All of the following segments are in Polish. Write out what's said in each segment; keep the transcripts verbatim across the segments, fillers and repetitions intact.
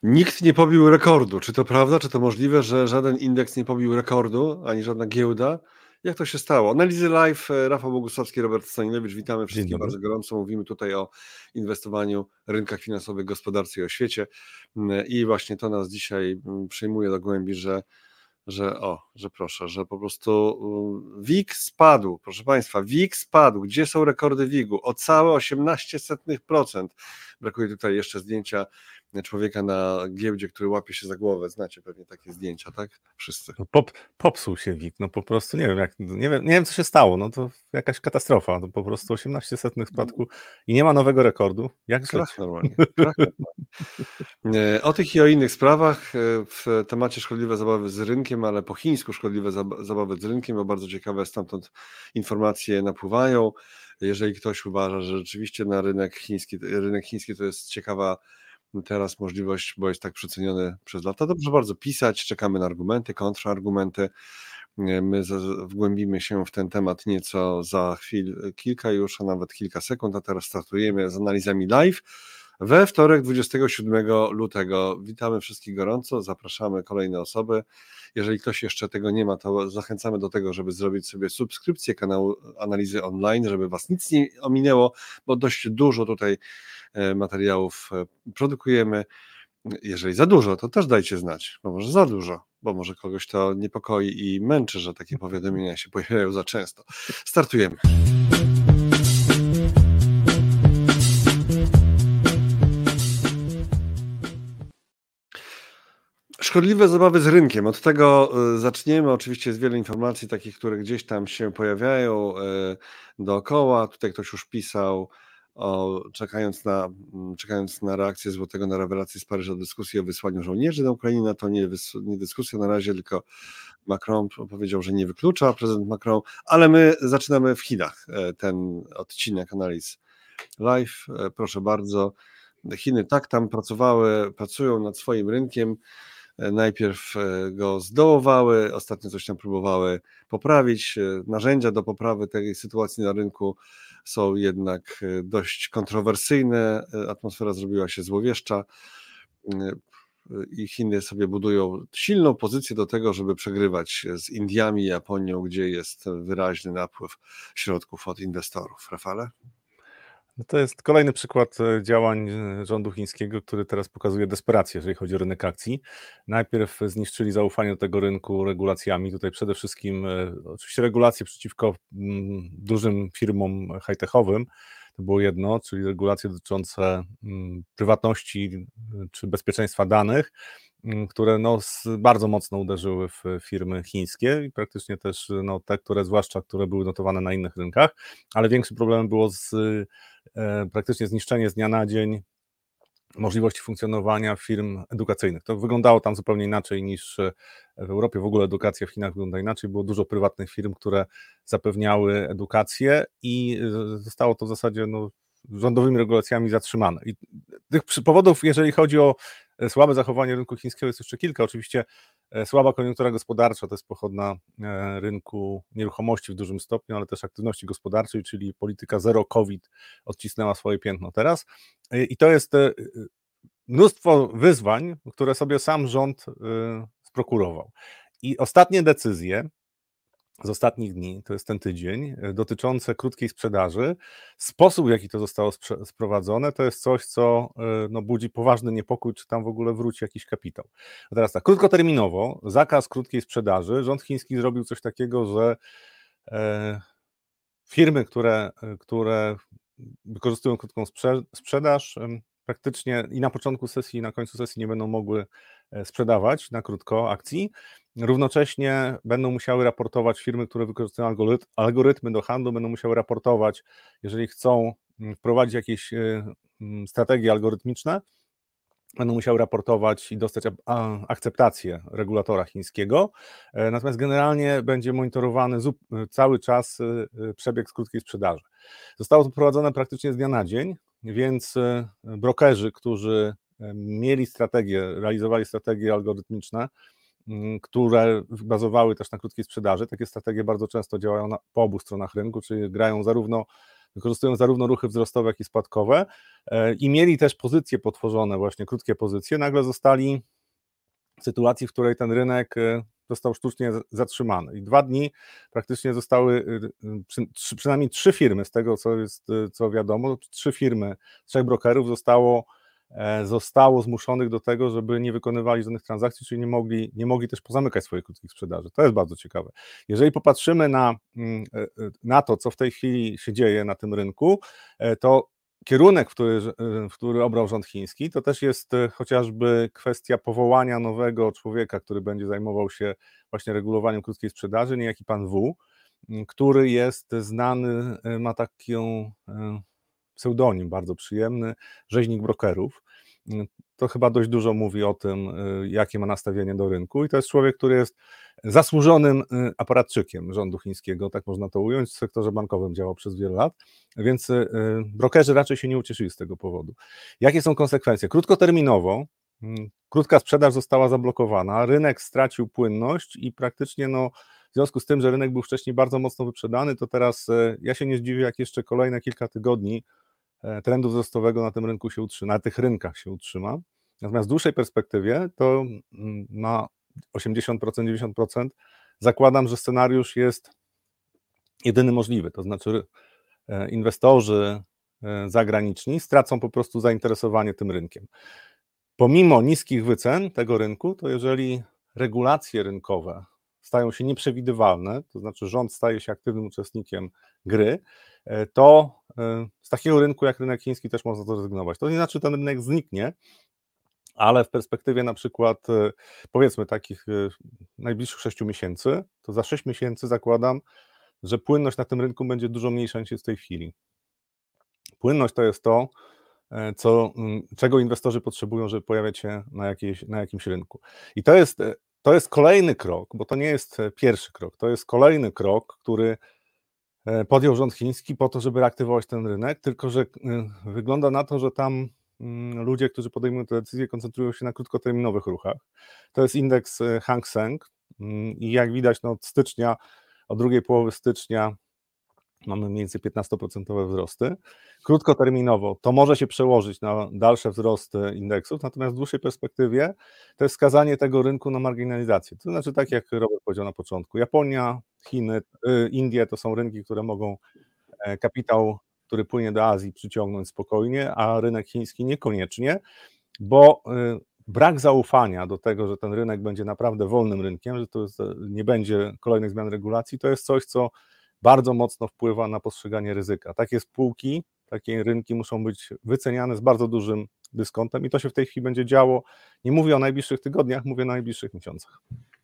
Nikt nie pobił rekordu. Czy to prawda? Czy to możliwe, że żaden indeks nie pobił rekordu, ani żadna giełda? Jak to się stało? Analizy live, Rafał Bogusławski, Robert Stanilewicz. Witamy Dzień wszystkich dobry. bardzo gorąco. Mówimy tutaj o inwestowaniu, rynkach finansowych, gospodarce i o świecie. I właśnie to nas dzisiaj przejmuje do głębi, że że o, że proszę, że po prostu W I G spadł, proszę Państwa, W I G spadł. Gdzie są rekordy W I G-u? O całe osiemnaście setnych procent. Brakuje tutaj jeszcze zdjęcia człowieka na giełdzie, który łapie się za głowę. Znacie pewnie takie zdjęcia, tak? Wszyscy. No pop, popsuł się W I G, no po prostu nie wiem, jak, nie wiem, nie wiem co się stało, no to jakaś katastrofa, to po prostu osiemnaście setnych spadku i nie ma nowego rekordu. Jak Krach żyć? normalnie. Krach normalnie. O tych i o innych sprawach w temacie szkodliwe zabawy z rynkiem, ale po chińsku szkodliwe zabawy z rynkiem, bo bardzo ciekawe stamtąd informacje napływają. Jeżeli ktoś uważa, że rzeczywiście na rynek chiński, rynek chiński to jest ciekawa teraz możliwość, bo jest tak przeceniony przez lata, to proszę bardzo pisać, czekamy na argumenty, kontrargumenty. My wgłębimy się w ten temat nieco za chwil, kilka już, a nawet kilka sekund, a teraz startujemy z analizami live we wtorek dwudziestego siódmego lutego. Witamy wszystkich gorąco, zapraszamy kolejne osoby. Jeżeli ktoś jeszcze tego nie ma, to zachęcamy do tego, żeby zrobić sobie subskrypcję kanału Analizy Online, żeby Was nic nie ominęło, bo dość dużo tutaj materiałów produkujemy. Jeżeli za dużo, to też dajcie znać, bo może za dużo, bo może kogoś to niepokoi i męczy, że takie powiadomienia się pojawiają za często. Startujemy. Szkodliwe zabawy z rynkiem. Od tego zaczniemy. Oczywiście jest wiele informacji takich, które gdzieś tam się pojawiają dookoła. Tutaj ktoś już pisał, o, czekając, na, czekając na reakcję Złotego na rewelację z Paryża, dyskusji o wysłaniu żołnierzy na Ukrainę. To nie, wys, nie dyskusja na razie, tylko Macron powiedział, że nie wyklucza, prezydent Macron, ale my zaczynamy w Chinach ten odcinek analiz live. Proszę bardzo. Chiny tak tam pracowały, pracują nad swoim rynkiem. Najpierw go zdołowały, ostatnio coś tam próbowały poprawić. Narzędzia do poprawy tej sytuacji na rynku są jednak dość kontrowersyjne. Atmosfera zrobiła się złowieszcza i Chiny sobie budują silną pozycję do tego, żeby przegrywać z Indiami i Japonią, gdzie jest wyraźny napływ środków od inwestorów. Rafale? No to jest kolejny przykład działań rządu chińskiego, który teraz pokazuje desperację, jeżeli chodzi o rynek akcji. Najpierw zniszczyli zaufanie do tego rynku regulacjami, tutaj przede wszystkim oczywiście regulacje przeciwko dużym firmom high-techowym, to było jedno, czyli regulacje dotyczące prywatności czy bezpieczeństwa danych, które no bardzo mocno uderzyły w firmy chińskie i praktycznie też no, te, które zwłaszcza, które były notowane na innych rynkach, ale większym problemem było z, e, praktycznie zniszczenie z dnia na dzień możliwości funkcjonowania firm edukacyjnych. To wyglądało tam zupełnie inaczej niż w Europie. W ogóle edukacja w Chinach wygląda inaczej. Było dużo prywatnych firm, które zapewniały edukację i zostało to w zasadzie no, rządowymi regulacjami zatrzymane. I tych powodów, jeżeli chodzi o słabe zachowanie rynku chińskiego, jest jeszcze kilka. Oczywiście słaba koniunktura gospodarcza to jest pochodna rynku nieruchomości w dużym stopniu, ale też aktywności gospodarczej, czyli polityka zero COVID odcisnęła swoje piętno teraz. I to jest mnóstwo wyzwań, które sobie sam rząd sprokurował. I ostatnie decyzje z ostatnich dni, to jest ten tydzień, dotyczące krótkiej sprzedaży, sposób, w jaki to zostało sprowadzone, to jest coś, co no, budzi poważny niepokój, czy tam w ogóle wróci jakiś kapitał. A teraz tak, krótkoterminowo, zakaz krótkiej sprzedaży, rząd chiński zrobił coś takiego, że e, firmy, które, które wykorzystują krótką sprze- sprzedaż, praktycznie i na początku sesji, i na końcu sesji nie będą mogły sprzedawać na krótko akcji. Równocześnie będą musiały raportować firmy, które wykorzystują algorytm, algorytmy do handlu, będą musiały raportować, jeżeli chcą wprowadzić jakieś strategie algorytmiczne, będą musiały raportować i dostać akceptację regulatora chińskiego. Natomiast generalnie będzie monitorowany cały czas przebieg z krótkiej sprzedaży. Zostało to prowadzone praktycznie z dnia na dzień, więc brokerzy, którzy mieli strategie, realizowali strategie algorytmiczne, które bazowały też na krótkiej sprzedaży. Takie strategie bardzo często działają na, po obu stronach rynku, czyli grają zarówno wykorzystują zarówno ruchy wzrostowe, jak i spadkowe i mieli też pozycje potworzone, właśnie krótkie pozycje, nagle zostali w sytuacji, w której ten rynek został sztucznie zatrzymany. I dwa dni praktycznie zostały, przy, przynajmniej trzy firmy, z tego co jest, co wiadomo, trzy firmy, trzech brokerów zostało, zostało zmuszonych do tego, żeby nie wykonywali żadnych transakcji, czyli nie mogli, nie mogli też pozamykać swoich krótkich sprzedaży. To jest bardzo ciekawe. Jeżeli popatrzymy na, na to, co w tej chwili się dzieje na tym rynku, to kierunek, w który, w który obrał rząd chiński, to też jest chociażby kwestia powołania nowego człowieka, który będzie zajmował się właśnie regulowaniem krótkiej sprzedaży, niejaki pan Wu, który jest znany, ma taki pseudonim bardzo przyjemny, rzeźnik brokerów. To chyba dość dużo mówi o tym, jakie ma nastawienie do rynku i to jest człowiek, który jest zasłużonym aparatczykiem rządu chińskiego, tak można to ująć, w sektorze bankowym działał przez wiele lat, więc brokerzy raczej się nie ucieszyli z tego powodu. Jakie są konsekwencje? Krótkoterminowo krótka sprzedaż została zablokowana, rynek stracił płynność i praktycznie no, w związku z tym, że rynek był wcześniej bardzo mocno wyprzedany, to teraz ja się nie zdziwię, jak jeszcze kolejne kilka tygodni trendu wzrostowego na tym rynku się utrzyma, na tych rynkach się utrzyma. Natomiast w dłuższej perspektywie to na osiemdziesiąt procent, dziewięćdziesiąt procent zakładam, że scenariusz jest jedyny możliwy, to znaczy inwestorzy zagraniczni stracą po prostu zainteresowanie tym rynkiem. Pomimo niskich wycen tego rynku, to jeżeli regulacje rynkowe stają się nieprzewidywalne, to znaczy rząd staje się aktywnym uczestnikiem gry, to z takiego rynku jak rynek chiński też można zrezygnować. To nie znaczy, że ten rynek zniknie, ale w perspektywie na przykład powiedzmy takich najbliższych sześciu miesięcy, to za sześć miesięcy zakładam, że płynność na tym rynku będzie dużo mniejsza niż jest w tej chwili. Płynność to jest to, co, czego inwestorzy potrzebują, żeby pojawiać się na, jakiejś, na jakimś rynku. I to jest, to jest kolejny krok, bo to nie jest pierwszy krok, to jest kolejny krok, który podjął rząd chiński po to, żeby reaktywować ten rynek, tylko że wygląda na to, że tam ludzie, którzy podejmują te decyzje, koncentrują się na krótkoterminowych ruchach. To jest indeks Hang Seng i jak widać no, od stycznia, od drugiej połowy stycznia mamy mniej więcej piętnaście procent wzrosty. Krótkoterminowo to może się przełożyć na dalsze wzrosty indeksów, natomiast w dłuższej perspektywie to jest skazanie tego rynku na marginalizację. To znaczy tak jak Robert powiedział na początku, Japonia, Chiny, Indie to są rynki, które mogą kapitał, który płynie do Azji, przyciągnąć spokojnie, a rynek chiński niekoniecznie, bo brak zaufania do tego, że ten rynek będzie naprawdę wolnym rynkiem, że to jest, nie będzie kolejnych zmian regulacji, to jest coś, co bardzo mocno wpływa na postrzeganie ryzyka. Takie spółki, takie rynki muszą być wyceniane z bardzo dużym dyskontem i to się w tej chwili będzie działo. Nie mówię o najbliższych tygodniach, mówię o najbliższych miesiącach.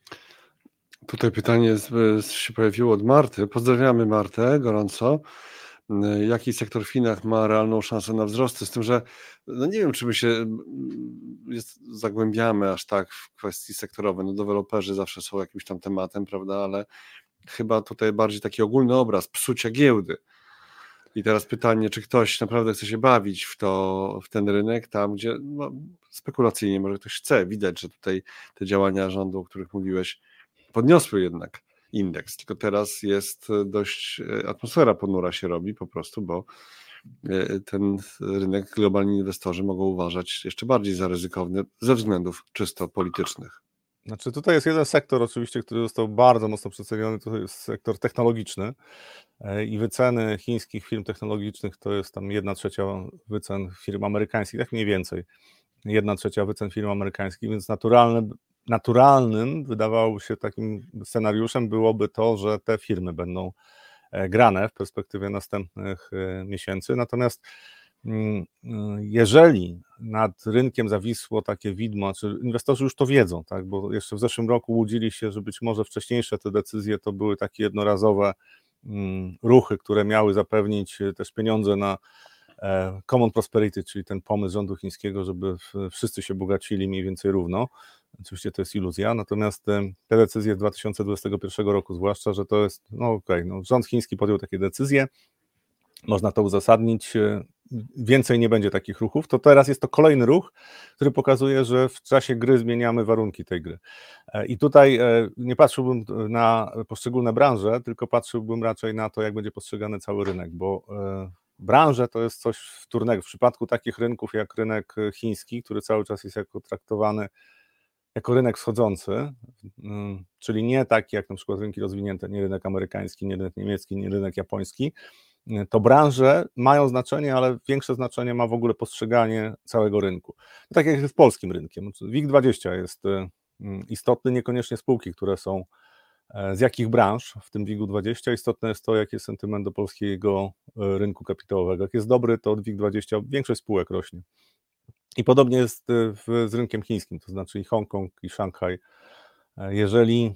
Tutaj pytanie się pojawiło od Marty. Pozdrawiamy Martę gorąco. Jaki sektor w Chinach ma realną szansę na wzrosty? Z tym, że no nie wiem, czy my się jest, zagłębiamy aż tak w kwestii sektorowej. No deweloperzy zawsze są jakimś tam tematem, prawda, ale chyba tutaj bardziej taki ogólny obraz psucia giełdy. I teraz pytanie, czy ktoś naprawdę chce się bawić w to, w ten rynek, tam gdzie no, spekulacyjnie może ktoś chce. Widać, że tutaj te działania rządu, o których mówiłeś, podniosły jednak indeks, tylko teraz jest dość, atmosfera ponura się robi po prostu, bo ten rynek globalni inwestorzy mogą uważać jeszcze bardziej za ryzykowny ze względów czysto politycznych. Znaczy tutaj jest jeden sektor oczywiście, który został bardzo mocno przeceniony, to jest sektor technologiczny i wyceny chińskich firm technologicznych to jest tam jedna trzecia wycen firm amerykańskich, tak mniej więcej, jedna trzecia wycen firm amerykańskich, więc naturalne, naturalnym wydawało się takim scenariuszem byłoby to, że te firmy będą grane w perspektywie następnych miesięcy, natomiast jeżeli nad rynkiem zawisło takie widmo, czy inwestorzy już to wiedzą, tak, bo jeszcze w zeszłym roku łudzili się, że być może wcześniejsze te decyzje to były takie jednorazowe ruchy, które miały zapewnić też pieniądze na Common Prosperity, czyli ten pomysł rządu chińskiego, żeby wszyscy się bogacili mniej więcej równo. Oczywiście to jest iluzja, natomiast te decyzje z dwa tysiące dwudziestego pierwszego roku, zwłaszcza, że to jest, no okej, okay, no rząd chiński podjął takie decyzje, można to uzasadnić, więcej nie będzie takich ruchów, to teraz jest to kolejny ruch, który pokazuje, że w czasie gry zmieniamy warunki tej gry. I tutaj nie patrzyłbym na poszczególne branże, tylko patrzyłbym raczej na to, jak będzie postrzegany cały rynek, bo branże to jest coś wtórnego. W przypadku takich rynków jak rynek chiński, który cały czas jest jako traktowany jako rynek wschodzący, czyli nie taki jak na przykład rynki rozwinięte, nie rynek amerykański, nie rynek niemiecki, nie rynek japoński, to branże mają znaczenie, ale większe znaczenie ma w ogóle postrzeganie całego rynku. Tak jak z polskim rynkiem. WIG dwadzieścia jest istotny, niekoniecznie spółki, które są z jakich branż w tym WIG dwadzieścia. Istotne jest to, jaki jest sentyment do polskiego rynku kapitałowego. Jak jest dobry, to od WIG dwadzieścia większość spółek rośnie. I podobnie jest w, z rynkiem chińskim, to znaczy i Hongkong, i Szanghaj. Jeżeli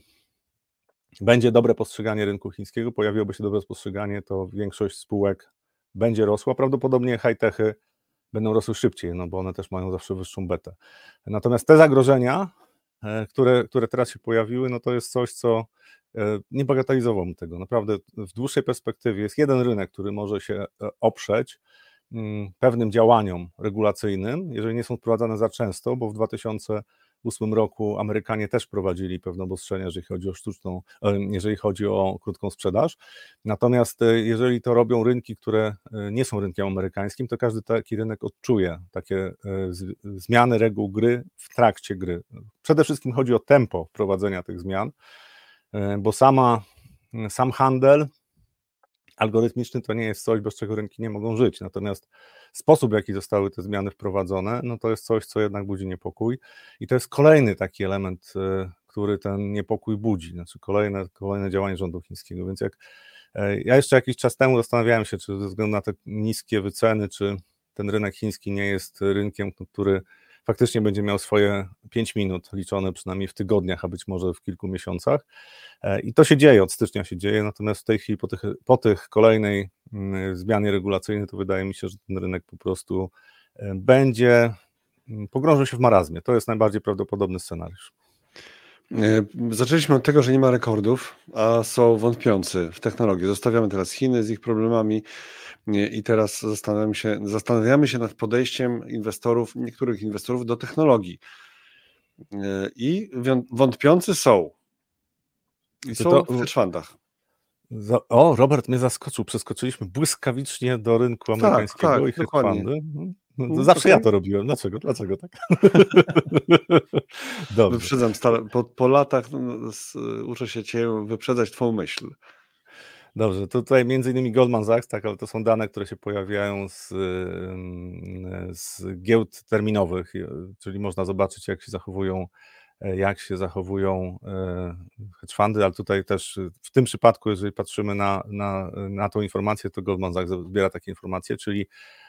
będzie dobre postrzeganie rynku chińskiego, pojawiłoby się dobre postrzeganie, to większość spółek będzie rosła. Prawdopodobnie high-techy będą rosły szybciej, no bo one też mają zawsze wyższą betę. Natomiast te zagrożenia, które, które teraz się pojawiły, no to jest coś, co nie bagatelizowałbym tego. Naprawdę w dłuższej perspektywie jest jeden rynek, który może się oprzeć pewnym działaniom regulacyjnym, jeżeli nie są wprowadzane za często, bo w dwa tysiące ósmym roku Amerykanie też prowadzili pewne obostrzenia, jeżeli chodzi o sztuczną, jeżeli chodzi o krótką sprzedaż. Natomiast jeżeli to robią rynki, które nie są rynkiem amerykańskim, to każdy taki rynek odczuje takie zmiany reguł gry w trakcie gry. Przede wszystkim chodzi o tempo wprowadzenia tych zmian, bo sama, sam handel algorytmiczny to nie jest coś, bez czego rynki nie mogą żyć, natomiast sposób, w jaki zostały te zmiany wprowadzone, no to jest coś, co jednak budzi niepokój i to jest kolejny taki element, który ten niepokój budzi, znaczy kolejne, kolejne działanie rządu chińskiego, więc jak ja jeszcze jakiś czas temu zastanawiałem się, czy ze względu na te niskie wyceny, czy ten rynek chiński nie jest rynkiem, który faktycznie będzie miał swoje pięć minut liczone przynajmniej w tygodniach, a być może w kilku miesiącach. I to się dzieje, od stycznia się dzieje, natomiast w tej chwili po tych, po tych kolejnej zmianie regulacyjnej to wydaje mi się, że ten rynek po prostu będzie, pogrążył się w marazmie. To jest najbardziej prawdopodobny scenariusz. Zaczęliśmy od tego, że nie ma rekordów, a są wątpiący w technologię. Zostawiamy teraz Chiny z ich problemami i teraz zastanawiamy się, zastanawiamy się nad podejściem inwestorów, niektórych inwestorów do technologii. I wątpiący są. I są to, w hedge fundach. O, Robert mnie zaskoczył. Przeskoczyliśmy błyskawicznie do rynku amerykańskiego tak, tak, i hedge fundy. No, zawsze okay. ja to robiłem. Dlaczego? Dlaczego tak? Dobrze. Wyprzedzam, stale, po, po latach no, z, uczę się Cię wyprzedzać Twą myśl. Dobrze, tutaj między innymi Goldman Sachs, tak, ale to są dane, które się pojawiają z, z giełd terminowych, czyli można zobaczyć, jak się zachowują jak się zachowują hedge fundy, ale tutaj też w tym przypadku, jeżeli patrzymy na, na, na tą informację, to Goldman Sachs zbiera takie informacje, czyli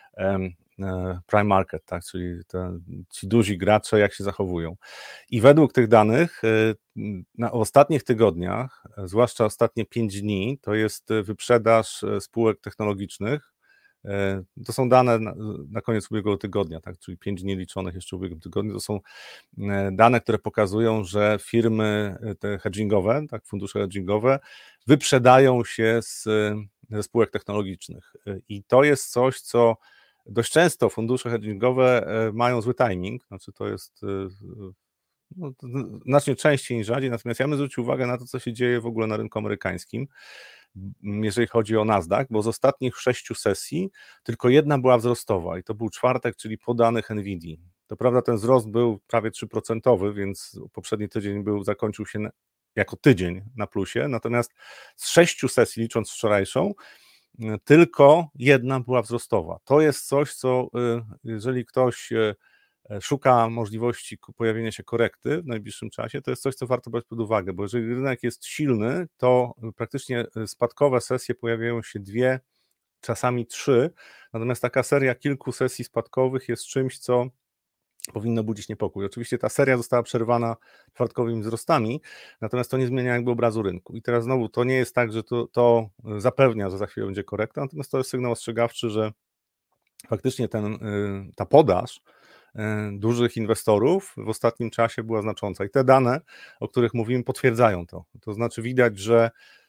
prime market, tak, czyli te, ci duzi gracze, jak się zachowują. I według tych danych na ostatnich tygodniach, zwłaszcza ostatnie pięć dni, to jest wyprzedaż spółek technologicznych. To są dane na, na koniec ubiegłego tygodnia, tak, czyli pięć dni liczonych jeszcze w ubiegłym tygodniu. To są dane, które pokazują, że firmy te hedgingowe, tak, fundusze hedgingowe wyprzedają się z, ze spółek technologicznych. I to jest coś, co dość często fundusze hedgingowe mają zły timing, znaczy to jest no, to znacznie częściej niż rzadziej, natomiast ja bym zwrócił uwagę na to, co się dzieje w ogóle na rynku amerykańskim, jeżeli chodzi o Nasdaq, bo z ostatnich sześciu sesji tylko jedna była wzrostowa i to był czwartek, czyli po danych Nvidii. To prawda, ten wzrost był prawie trzy procent, więc poprzedni tydzień był, zakończył się jako tydzień na plusie, natomiast z sześciu sesji, licząc wczorajszą, tylko jedna była wzrostowa. To jest coś, co jeżeli ktoś szuka możliwości pojawienia się korekty w najbliższym czasie, to jest coś, co warto brać pod uwagę, bo jeżeli rynek jest silny, to praktycznie spadkowe sesje pojawiają się dwie, czasami trzy, natomiast taka seria kilku sesji spadkowych jest czymś, co powinno budzić niepokój. Oczywiście ta seria została przerwana czwartkowymi wzrostami, natomiast to nie zmienia jakby obrazu rynku. I teraz znowu to nie jest tak, że to, to zapewnia, że za chwilę będzie korekta, natomiast to jest sygnał ostrzegawczy, że faktycznie ten, ta podaż dużych inwestorów w ostatnim czasie była znacząca i te dane, o których mówimy, potwierdzają to. To znaczy widać, że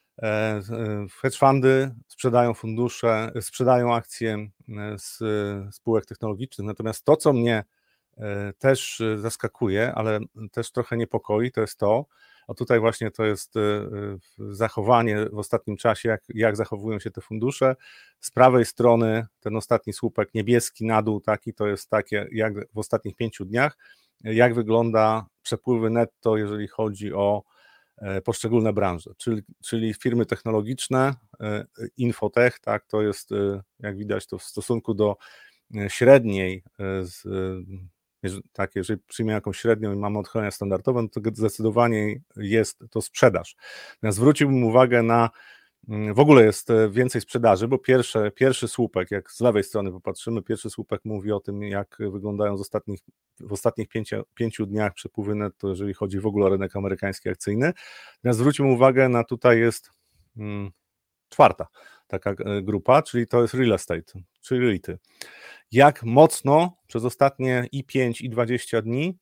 hedge fundy sprzedają fundusze, sprzedają akcje z spółek technologicznych, natomiast to, co mnie też zaskakuje, ale też trochę niepokoi, to jest to, a tutaj właśnie to jest zachowanie w ostatnim czasie, jak, jak zachowują się te fundusze. Z prawej strony ten ostatni słupek niebieski na dół taki, to jest takie jak w ostatnich pięciu dniach, jak wygląda przepływy netto, jeżeli chodzi o poszczególne branże, czyli, czyli firmy technologiczne, infotech, tak, to jest, jak widać, to w stosunku do średniej, z, tak, jeżeli przyjmiemy jakąś średnią i mamy odchylenia standardowe, no to zdecydowanie jest to sprzedaż. Natomiast zwróciłbym uwagę na, w ogóle jest więcej sprzedaży, bo pierwsze, pierwszy słupek, jak z lewej strony popatrzymy, pierwszy słupek mówi o tym, jak wyglądają z ostatnich, w ostatnich pięciu, pięciu dniach przepływy netto, jeżeli chodzi w ogóle o rynek amerykański akcyjny. Natomiast zwróćmy uwagę na, tutaj jest hmm, czwarta taka grupa, czyli to jest real estate, czyli REITy. Jak mocno przez ostatnie i pięć, i dwadzieścia dni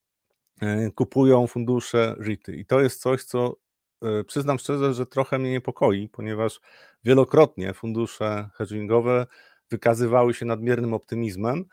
kupują fundusze REITy. I to jest coś, co przyznam szczerze, że trochę mnie niepokoi, ponieważ wielokrotnie fundusze hedgingowe wykazywały się nadmiernym optymizmem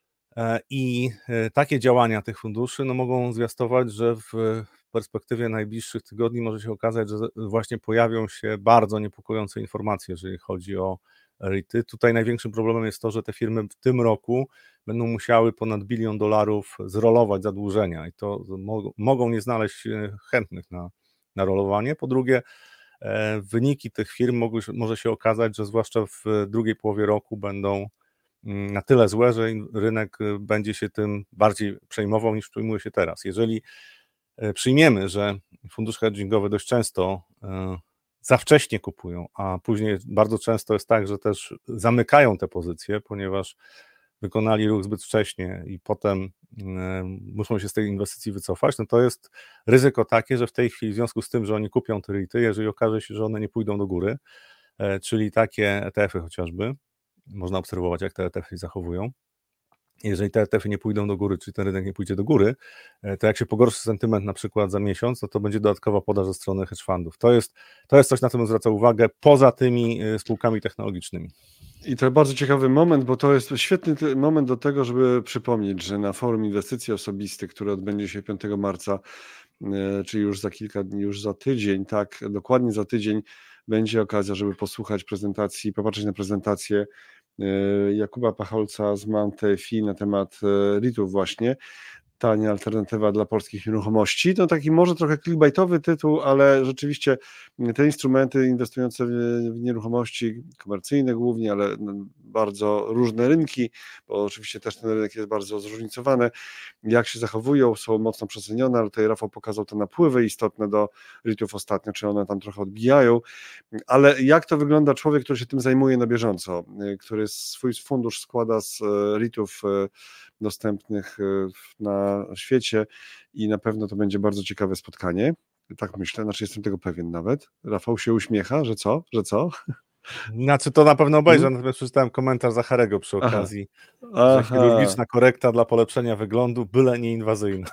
i takie działania tych funduszy no, mogą zwiastować, że w perspektywie najbliższych tygodni może się okazać, że właśnie pojawią się bardzo niepokojące informacje, jeżeli chodzi o REITy. Tutaj największym problemem jest to, że te firmy w tym roku będą musiały ponad bilion dolarów zrolować zadłużenia i to mogą nie znaleźć chętnych na, na rolowanie. Po drugie, wyniki tych firm mogły, może się okazać, że zwłaszcza w drugiej połowie roku będą na tyle złe, że rynek będzie się tym bardziej przejmował niż przejmuje się teraz. Jeżeli przyjmiemy, że fundusze hedgingowe dość często za wcześnie kupują, a później bardzo często jest tak, że też zamykają te pozycje, ponieważ wykonali ruch zbyt wcześnie i potem muszą się z tej inwestycji wycofać, no to jest ryzyko takie, że w tej chwili w związku z tym, że oni kupią te REITy, jeżeli okaże się, że one nie pójdą do góry, czyli takie E T F-y chociażby, można obserwować, jak te E T F-y zachowują. Jeżeli te E T F-y nie pójdą do góry, czyli ten rynek nie pójdzie do góry, to jak się pogorszy sentyment na przykład za miesiąc, no to będzie dodatkowa podaż ze strony hedge fundów. To jest, to jest coś, na co bym zwracał uwagę poza tymi spółkami technologicznymi. I to bardzo ciekawy moment, bo to jest świetny moment do tego, żeby przypomnieć, że na Forum Inwestycji Osobistych, które odbędzie się piątego marca, czyli już za kilka dni, już za tydzień, tak, dokładnie za tydzień, będzie okazja, żeby posłuchać prezentacji, popatrzeć na prezentację Jakuba Pacholca z Mount F I na temat REITów właśnie. Tania alternatywa dla polskich nieruchomości. To taki może trochę clickbaitowy tytuł, ale rzeczywiście te instrumenty inwestujące w nieruchomości komercyjne głównie, ale bardzo różne rynki, bo oczywiście też ten rynek jest bardzo zróżnicowany, jak się zachowują, są mocno przecenione, ale tutaj Rafał pokazał te napływy istotne do REITów ostatnio, czy one tam trochę odbijają, ale jak to wygląda człowiek, który się tym zajmuje na bieżąco, który swój fundusz składa z REITów dostępnych na świecie i na pewno to będzie bardzo ciekawe spotkanie. Tak myślę, znaczy jestem tego pewien nawet. Rafał się uśmiecha, że co? Że co? Znaczy to na pewno obejrzę, hmm? natomiast przeczytałem komentarz Zacharego przy okazji, Aha. że Aha. chirurgiczna korekta dla polepszenia wyglądu, byle nieinwazyjna.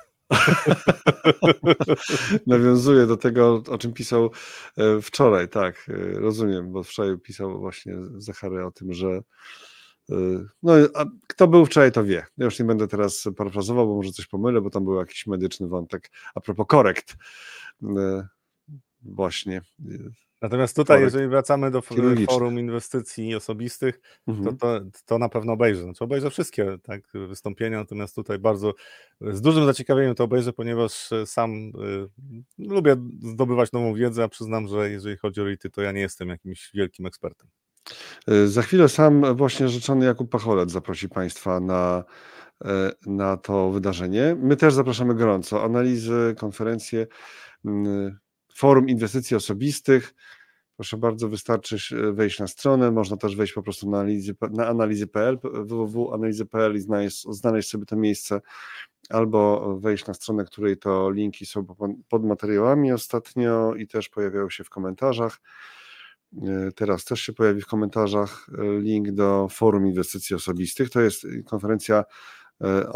Nawiązuje do tego, o czym pisał wczoraj, tak, rozumiem, bo wczoraj pisał właśnie Zachary o tym, że no, a kto był wczoraj, to wie. Ja już nie będę teraz parafrazował, bo może coś pomylę, bo tam był jakiś medyczny wątek a propos korekt. Właśnie. Natomiast tutaj, korekt. Jeżeli wracamy do Forum Inwestycji Osobistych, mhm. to, to, to na pewno obejrzę. Znaczy obejrzę wszystkie tak, wystąpienia, natomiast tutaj bardzo z dużym zaciekawieniem to obejrzę, ponieważ sam y, lubię zdobywać nową wiedzę, a przyznam, że jeżeli chodzi o REITy, to ja nie jestem jakimś wielkim ekspertem. Za chwilę sam właśnie rzeczony Jakub Pacholec zaprosi Państwa na, na to wydarzenie. My też zapraszamy gorąco. Analizy, konferencje, Forum Inwestycji Osobistych. Proszę bardzo, wystarczy wejść na stronę, można też wejść po prostu na analizy, na analizy kropka p l, w w w kropka analizy kropka p l i znaleźć, znaleźć sobie to miejsce, albo wejść na stronę, której to linki są pod materiałami ostatnio i też pojawiają się w komentarzach. Teraz też się pojawi w komentarzach link do Forum Inwestycji Osobistych. To jest konferencja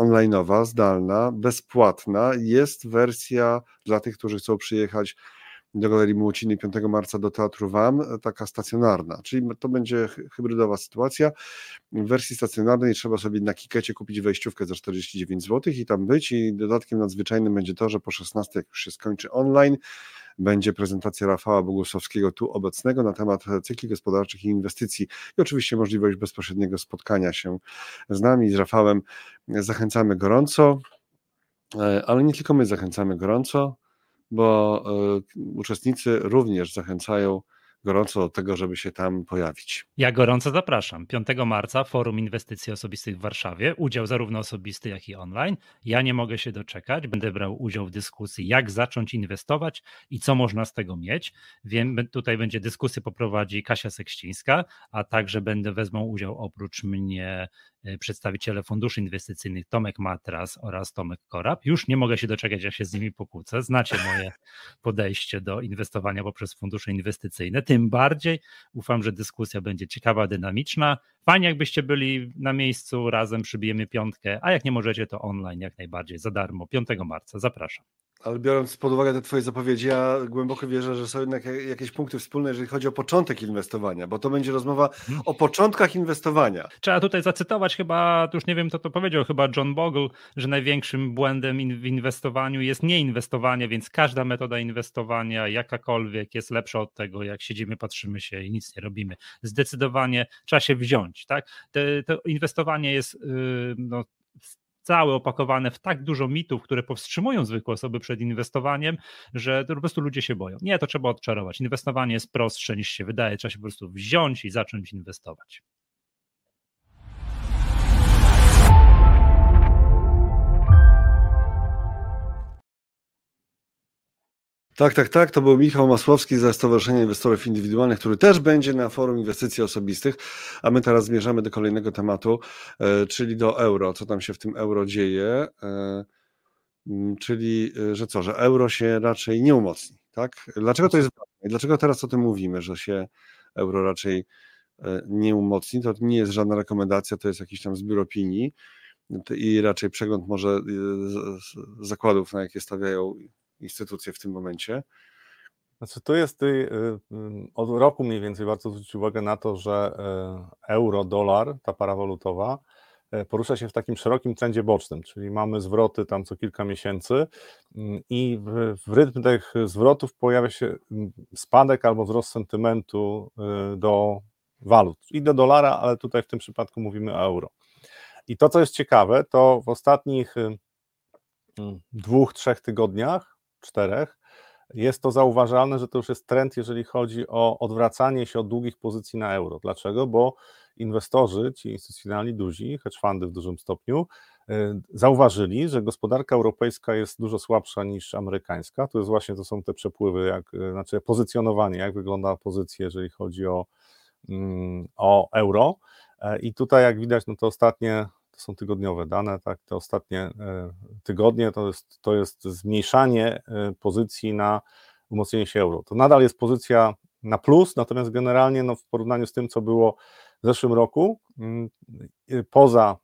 online'owa, zdalna, bezpłatna. Jest wersja dla tych, którzy chcą przyjechać do Galerii Młociny, piątego marca do Teatru W A M, taka stacjonarna, czyli to będzie hybrydowa sytuacja. W wersji stacjonarnej trzeba sobie na Kikecie kupić wejściówkę za czterdzieści dziewięć złotych i tam być, i dodatkiem nadzwyczajnym będzie to, że po szesnastej, jak już się skończy online, będzie prezentacja Rafała Bogusławskiego tu obecnego na temat cykli gospodarczych i inwestycji i oczywiście możliwość bezpośredniego spotkania się z nami, z Rafałem. Zachęcamy gorąco, ale nie tylko my zachęcamy gorąco, bo uczestnicy również zachęcają gorąco do tego, żeby się tam pojawić. Ja gorąco zapraszam. piątego marca Forum Inwestycji Osobistych w Warszawie. Udział zarówno osobisty, jak i online. Ja nie mogę się doczekać. Będę brał udział w dyskusji, jak zacząć inwestować i co można z tego mieć. Wiem, tutaj będzie dyskusję poprowadzi Kasia Sekścińska, a także będę wezmą udział oprócz mnie przedstawiciele funduszy inwestycyjnych Tomek Matras oraz Tomek Korab. Już nie mogę się doczekać, jak się z nimi pokłócę. Znacie moje podejście do inwestowania poprzez fundusze inwestycyjne. Tym bardziej ufam, że dyskusja będzie ciekawa, dynamiczna. Fajnie, jakbyście byli na miejscu, razem przybijemy piątkę, a jak nie możecie, to online jak najbardziej, za darmo, piątego marca. Zapraszam. Ale biorąc pod uwagę te twoje zapowiedzi, ja głęboko wierzę, że są jednak jakieś punkty wspólne, jeżeli chodzi o początek inwestowania, bo to będzie rozmowa o początkach inwestowania. Trzeba tutaj zacytować chyba, już nie wiem, kto to powiedział, chyba John Bogle, że największym błędem w inwestowaniu jest nieinwestowanie, więc każda metoda inwestowania, jakakolwiek, jest lepsza od tego, jak siedzimy, patrzymy się i nic nie robimy. Zdecydowanie trzeba się wziąć, tak? Te, to inwestowanie jest yy, no, całe opakowane w tak dużo mitów, które powstrzymują zwykłe osoby przed inwestowaniem, że po prostu ludzie się boją. Nie, to trzeba odczarować. Inwestowanie jest prostsze niż się wydaje, trzeba się po prostu wziąć i zacząć inwestować. Tak, tak, tak. To był Michał Masłowski ze Stowarzyszenia Inwestorów Indywidualnych, który też będzie na Forum Inwestycji Osobistych, a my teraz zmierzamy do kolejnego tematu, czyli do euro. Co tam się w tym euro dzieje? Czyli, że co, że euro się raczej nie umocni, tak? Dlaczego to jest ważne? Dlaczego teraz o tym mówimy, że się euro raczej nie umocni? To nie jest żadna rekomendacja, to jest jakiś tam zbiór opinii i raczej przegląd może zakładów, na jakie stawiają instytucje w tym momencie. Znaczy to jest od roku mniej więcej warto zwrócić uwagę na to, że euro, dolar, ta para walutowa porusza się w takim szerokim trendzie bocznym, czyli mamy zwroty tam co kilka miesięcy i w, w rytm tych zwrotów pojawia się spadek albo wzrost sentymentu do walut i do dolara, ale tutaj w tym przypadku mówimy o euro. I to, co jest ciekawe, to w ostatnich dwóch, trzech tygodniach, czterech, jest to zauważalne, że to już jest trend, jeżeli chodzi o odwracanie się od długich pozycji na euro. Dlaczego? Bo inwestorzy, ci instytucjonalni, duzi, hedge fundy w dużym stopniu, zauważyli, że gospodarka europejska jest dużo słabsza niż amerykańska. To jest właśnie, to są te przepływy, jak, znaczy pozycjonowanie, jak wygląda pozycja, jeżeli chodzi o, o euro. I tutaj, jak widać, no to ostatnie, to są tygodniowe dane, tak, te ostatnie tygodnie to jest, to jest zmniejszanie pozycji na umocnienie się euro. To nadal jest pozycja na plus, natomiast generalnie no, w porównaniu z tym, co było w zeszłym roku, poza,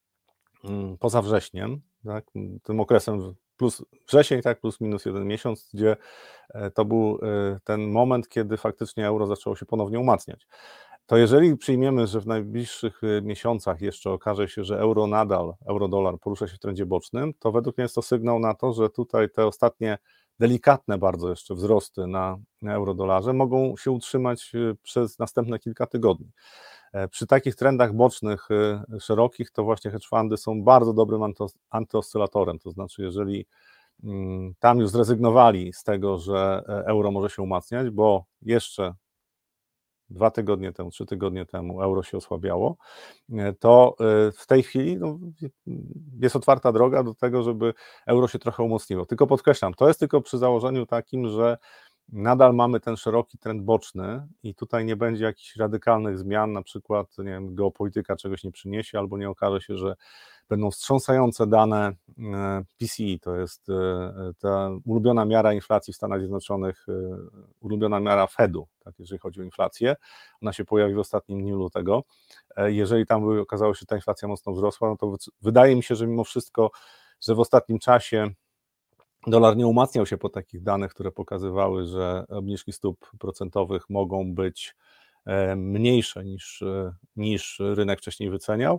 poza wrześniem, tak, tym okresem plus wrzesień, tak, plus minus jeden miesiąc, gdzie to był ten moment, kiedy faktycznie euro zaczęło się ponownie umacniać. To jeżeli przyjmiemy, że w najbliższych miesiącach jeszcze okaże się, że euro nadal, euro-dolar porusza się w trendzie bocznym, to według mnie jest to sygnał na to, że tutaj te ostatnie delikatne bardzo jeszcze wzrosty na, na euro-dolarze mogą się utrzymać przez następne kilka tygodni. Przy takich trendach bocznych, szerokich, to właśnie hedge fundy są bardzo dobrym antyoscylatorem, to znaczy jeżeli tam już zrezygnowali z tego, że euro może się umacniać, bo jeszcze dwa tygodnie temu, trzy tygodnie temu euro się osłabiało, to w tej chwili no, jest otwarta droga do tego, żeby euro się trochę umocniło. Tylko podkreślam, to jest tylko przy założeniu takim, że nadal mamy ten szeroki trend boczny i tutaj nie będzie jakichś radykalnych zmian, na przykład nie wiem, geopolityka czegoś nie przyniesie, albo nie okaże się, że będą wstrząsające dane P C E, to jest ta ulubiona miara inflacji w Stanach Zjednoczonych, ulubiona miara Fedu, tak, jeżeli chodzi o inflację. Ona się pojawi w ostatnim dniu lutego. Jeżeli tam by okazało się, że ta inflacja mocno wzrosła, no to wydaje mi się, że mimo wszystko, że w ostatnim czasie dolar nie umacniał się po takich danych, które pokazywały, że obniżki stóp procentowych mogą być mniejsze niż, niż rynek wcześniej wyceniał,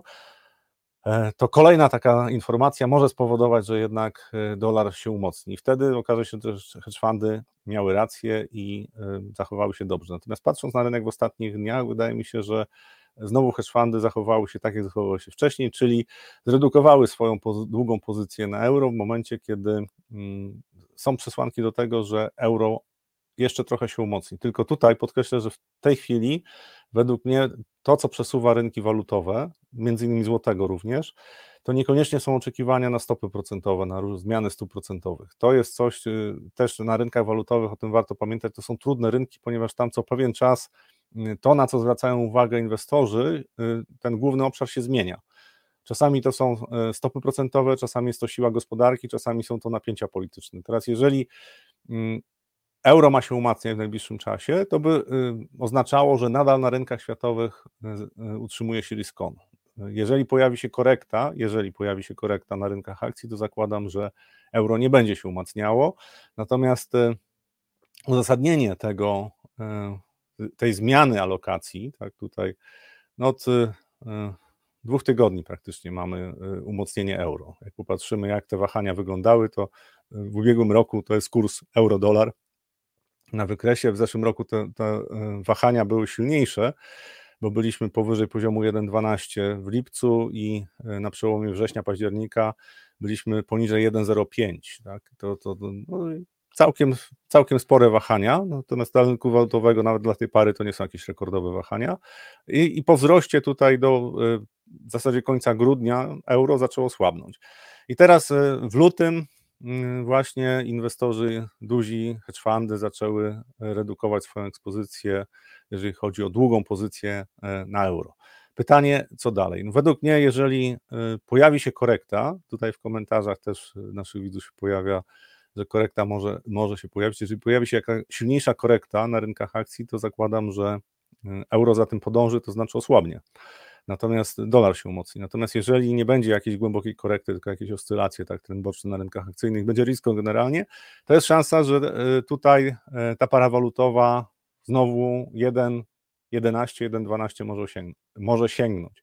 to kolejna taka informacja może spowodować, że jednak dolar się umocni. Wtedy okaże się też, że hedge fundy miały rację i zachowały się dobrze. Natomiast patrząc na rynek w ostatnich dniach, wydaje mi się, że znowu hedge fundy zachowały się tak, jak zachowały się wcześniej, czyli zredukowały swoją poz- długą pozycję na euro w momencie, kiedy mm, są przesłanki do tego, że euro jeszcze trochę się umocni. Tylko tutaj podkreślę, że w tej chwili według mnie to, co przesuwa rynki walutowe, między innymi złotego również, to niekoniecznie są oczekiwania na stopy procentowe, na zmiany stóp procentowych. To jest coś też na rynkach walutowych, o tym warto pamiętać, to są trudne rynki, ponieważ tam co pewien czas to, na co zwracają uwagę inwestorzy, ten główny obszar się zmienia. Czasami to są stopy procentowe, czasami jest to siła gospodarki, czasami są to napięcia polityczne. Teraz jeżeli euro ma się umacniać w najbliższym czasie, to by oznaczało, że nadal na rynkach światowych utrzymuje się risk on. Jeżeli pojawi się korekta, jeżeli pojawi się korekta na rynkach akcji, to zakładam, że euro nie będzie się umacniało. Natomiast uzasadnienie tego, tej zmiany alokacji, tak tutaj, no od dwóch tygodni praktycznie mamy umocnienie euro. Jak popatrzymy, jak te wahania wyglądały, to w ubiegłym roku to jest kurs euro-dolar na wykresie. W zeszłym roku te, te wahania były silniejsze, bo byliśmy powyżej poziomu jeden przecinek dwanaście w lipcu i na przełomie września, października byliśmy poniżej jeden przecinek zero pięć. Tak? To, to, no, całkiem, całkiem spore wahania, natomiast dla rynku walutowego nawet dla tej pary to nie są jakieś rekordowe wahania. I, i po wzroście tutaj do w zasadzie końca grudnia euro zaczęło słabnąć. I teraz w lutym właśnie inwestorzy, duzi hedge fundy zaczęły redukować swoją ekspozycję, jeżeli chodzi o długą pozycję na euro. Pytanie, co dalej? No według mnie, jeżeli pojawi się korekta, tutaj w komentarzach też naszych widzów się pojawia, że korekta może, może się pojawić, jeżeli pojawi się jakaś silniejsza korekta na rynkach akcji, to zakładam, że euro za tym podąży, to znaczy osłabnie. Natomiast dolar się umocni. Natomiast jeżeli nie będzie jakiejś głębokiej korekty, tylko jakieś oscylacje, tak, trend boczny na rynkach akcyjnych, będzie ryzyko generalnie, to jest szansa, że tutaj ta para walutowa znowu jeden przecinek jedenaście, jeden przecinek dwanaście może, osiąg- może sięgnąć.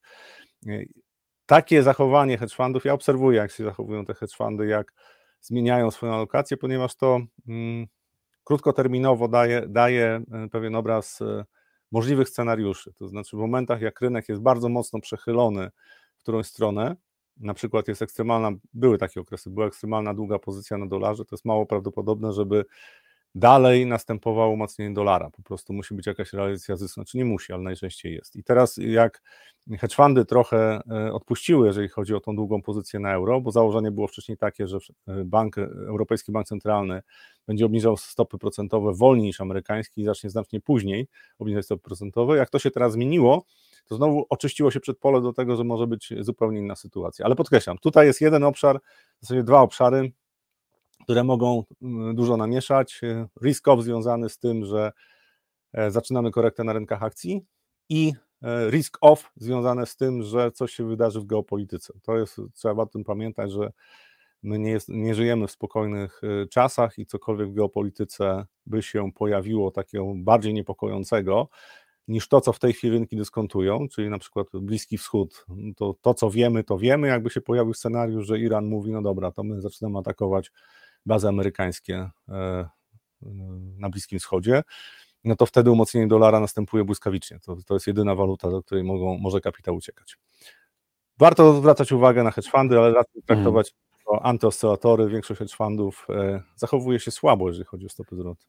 Takie zachowanie hedge fundów, ja obserwuję, jak się zachowują te hedge fundy, jak zmieniają swoją alokację, ponieważ to mm, krótkoterminowo daje, daje pewien obraz możliwych scenariuszy, to znaczy w momentach, jak rynek jest bardzo mocno przechylony w którąś stronę, na przykład jest ekstremalna, były takie okresy, była ekstremalna długa pozycja na dolarze, to jest mało prawdopodobne, żeby dalej następowało umacnienie dolara, po prostu musi być jakaś realizacja zysku, znaczy nie musi, ale najczęściej jest. I teraz jak hedge fundy trochę odpuściły, jeżeli chodzi o tą długą pozycję na euro, bo założenie było wcześniej takie, że bank, Europejski Bank Centralny będzie obniżał stopy procentowe wolniej niż amerykański i zacznie znacznie później obniżać stopy procentowe. Jak to się teraz zmieniło, to znowu oczyściło się przedpole do tego, że może być zupełnie inna sytuacja. Ale podkreślam, tutaj jest jeden obszar, w zasadzie dwa obszary, które mogą dużo namieszać. Risk off związany z tym, że zaczynamy korektę na rynkach akcji i risk off związane z tym, że coś się wydarzy w geopolityce. To jest, trzeba o tym pamiętać, że my nie, jest, nie żyjemy w spokojnych czasach i cokolwiek w geopolityce by się pojawiło takiego bardziej niepokojącego niż to, co w tej chwili rynki dyskontują, czyli na przykład Bliski Wschód, to, to co wiemy, to wiemy, jakby się pojawił scenariusz, że Iran mówi, no dobra, to my zaczynamy atakować bazy amerykańskie na Bliskim Wschodzie, no to wtedy umocnienie dolara następuje błyskawicznie. To, to jest jedyna waluta, do której mogą, może kapitał uciekać. Warto zwracać uwagę na hedge fundy, ale raczej traktować to mm. antyoscylatory. Większość hedge fundów zachowuje się słabo, jeżeli chodzi o stopy zwrotu.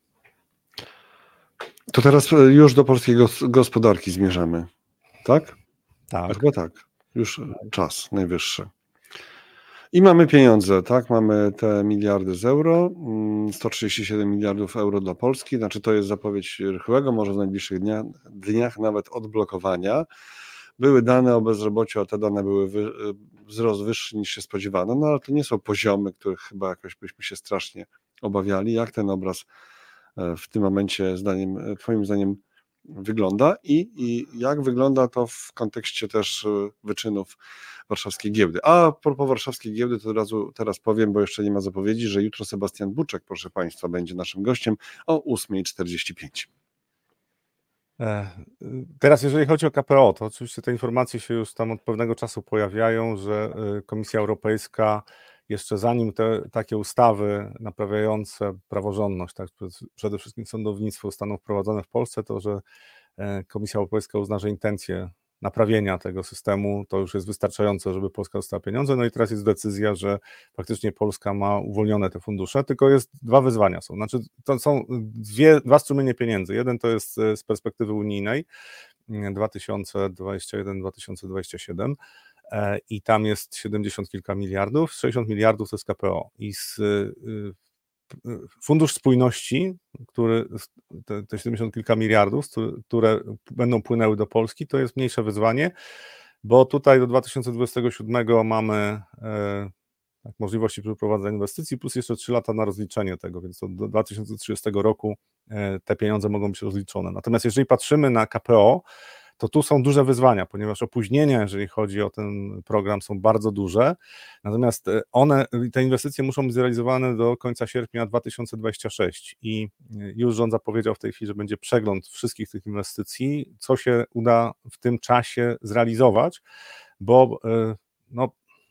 To teraz już do polskiej gospodarki zmierzamy, tak? Tak. Chyba tak. Już czas najwyższy. I mamy pieniądze, tak? Mamy te miliardy z euro, sto trzydzieści siedem miliardów euro dla Polski, znaczy to jest zapowiedź rychłego, może w najbliższych dniach, dniach nawet odblokowania. Były dane o bezrobociu, a te dane były wy, wzrost wyższy niż się spodziewano, no ale to nie są poziomy, których chyba jakoś byśmy się strasznie obawiali. Jak ten obraz w tym momencie, zdaniem, twoim zdaniem, wygląda i, i jak wygląda to w kontekście też wyczynów warszawskiej giełdy. A propos warszawskiej giełdy, to od razu teraz powiem, bo jeszcze nie ma zapowiedzi, że jutro Sebastian Buczek, proszę Państwa, będzie naszym gościem o ósma czterdzieści pięć. Teraz jeżeli chodzi o K P O, to oczywiście te informacje się już tam od pewnego czasu pojawiają, że Komisja Europejska jeszcze zanim te takie ustawy naprawiające praworządność, tak, przede wszystkim sądownictwo zostaną wprowadzone w Polsce, to że Komisja Europejska uzna, że intencje naprawienia tego systemu to już jest wystarczające, żeby Polska dostała pieniądze. No i teraz jest decyzja, że faktycznie Polska ma uwolnione te fundusze, tylko jest dwa wyzwania są. Znaczy to są dwie, dwa strumienie pieniędzy. Jeden to jest z perspektywy unijnej dwa tysiące dwudziesty pierwszy do dwa tysiące dwudziestego siódmego i tam jest siedemdziesiąt kilka miliardów, sześćdziesiąt miliardów to jest K P O i z Fundusz Spójności, który, te, te siedemdziesiąt kilka miliardów, które będą płynęły do Polski, to jest mniejsze wyzwanie, bo tutaj do dwa tysiące dwudziestego siódmego mamy e, tak, możliwości przeprowadzenia inwestycji, plus jeszcze trzy lata na rozliczenie tego, więc do dwa tysiące trzydziestego roku e, te pieniądze mogą być rozliczone. Natomiast jeżeli patrzymy na K P O, to tu są duże wyzwania, ponieważ opóźnienia, jeżeli chodzi o ten program, są bardzo duże, natomiast one, te inwestycje muszą być zrealizowane do końca sierpnia dwa tysiące dwudziestego szóstego i już rząd zapowiedział w tej chwili, że będzie przegląd wszystkich tych inwestycji, co się uda w tym czasie zrealizować, bo no,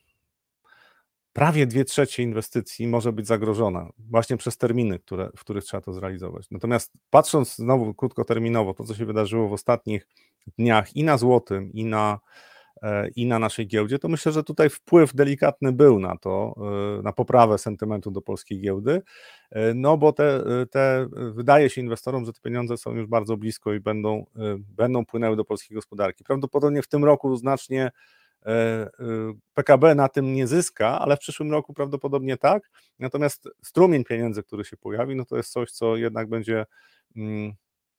prawie dwie trzecie inwestycji może być zagrożona właśnie przez terminy, które, w których trzeba to zrealizować. Natomiast patrząc znowu krótkoterminowo, to co się wydarzyło w ostatnich dniach i na złotym, i na, i na naszej giełdzie, to myślę, że tutaj wpływ delikatny był na to, na poprawę sentymentu do polskiej giełdy, no bo te, te wydaje się inwestorom, że te pieniądze są już bardzo blisko i będą, będą płynęły do polskiej gospodarki. Prawdopodobnie w tym roku znacznie P K B na tym nie zyska, ale w przyszłym roku prawdopodobnie tak, natomiast strumień pieniędzy, który się pojawi, no to jest coś, co jednak będzie mm,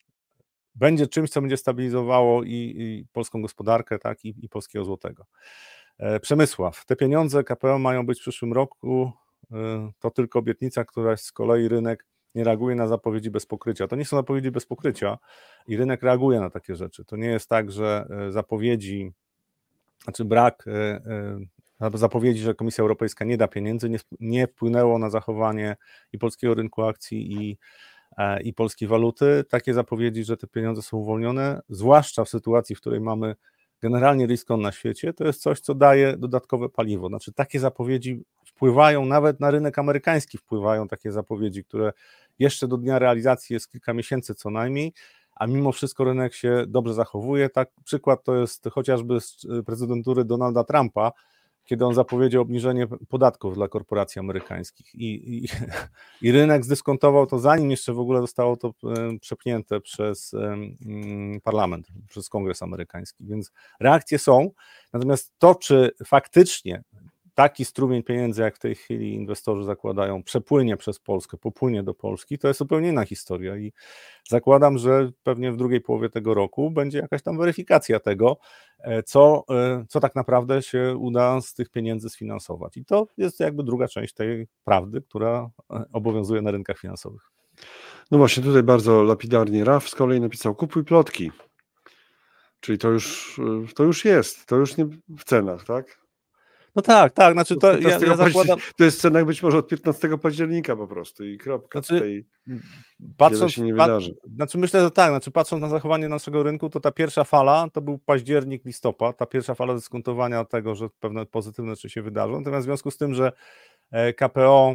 będzie czymś, co będzie stabilizowało i, i polską gospodarkę, tak, i, i polskiego złotego. Przemysław, te pieniądze K P O mają być w przyszłym roku, to tylko obietnica, która z kolei rynek nie reaguje na zapowiedzi bez pokrycia. To nie są zapowiedzi bez pokrycia i rynek reaguje na takie rzeczy. To nie jest tak, że zapowiedzi Znaczy brak zapowiedzi, że Komisja Europejska nie da pieniędzy, nie, nie wpłynęło na zachowanie i polskiego rynku akcji, i, i polskiej waluty. Takie zapowiedzi, że te pieniądze są uwolnione, zwłaszcza w sytuacji, w której mamy generalnie risk on na świecie, to jest coś, co daje dodatkowe paliwo. Znaczy takie zapowiedzi wpływają, nawet na rynek amerykański wpływają takie zapowiedzi, które jeszcze do dnia realizacji jest kilka miesięcy co najmniej, a mimo wszystko rynek się dobrze zachowuje. Tak, przykład to jest chociażby z prezydentury Donalda Trumpa, kiedy on zapowiedział obniżenie podatków dla korporacji amerykańskich i, i, i rynek zdyskontował to, zanim jeszcze w ogóle zostało to przepchnięte przez parlament, przez Kongres amerykański, więc reakcje są, natomiast to, czy faktycznie taki strumień pieniędzy, jak w tej chwili inwestorzy zakładają, przepłynie przez Polskę, popłynie do Polski, to jest zupełnie inna historia i zakładam, że pewnie w drugiej połowie tego roku będzie jakaś tam weryfikacja tego, co, co tak naprawdę się uda z tych pieniędzy sfinansować. I to jest jakby druga część tej prawdy, która obowiązuje na rynkach finansowych. No właśnie, tutaj bardzo lapidarnie Raf z kolei napisał: kupuj plotki. Czyli to już, to już jest, to już nie w cenach, tak? No tak, tak, znaczy to ja, ja zakładam... To jest cena być może od piętnastego października po prostu i kropka. Znaczy, tej patrząc, się nie wydarzy. Znaczy myślę, że tak, znaczy patrząc na zachowanie naszego rynku, to ta pierwsza fala to był październik, listopad, ta pierwsza fala dyskontowania tego, że pewne pozytywne rzeczy się wydarzą, natomiast w związku z tym, że K P O,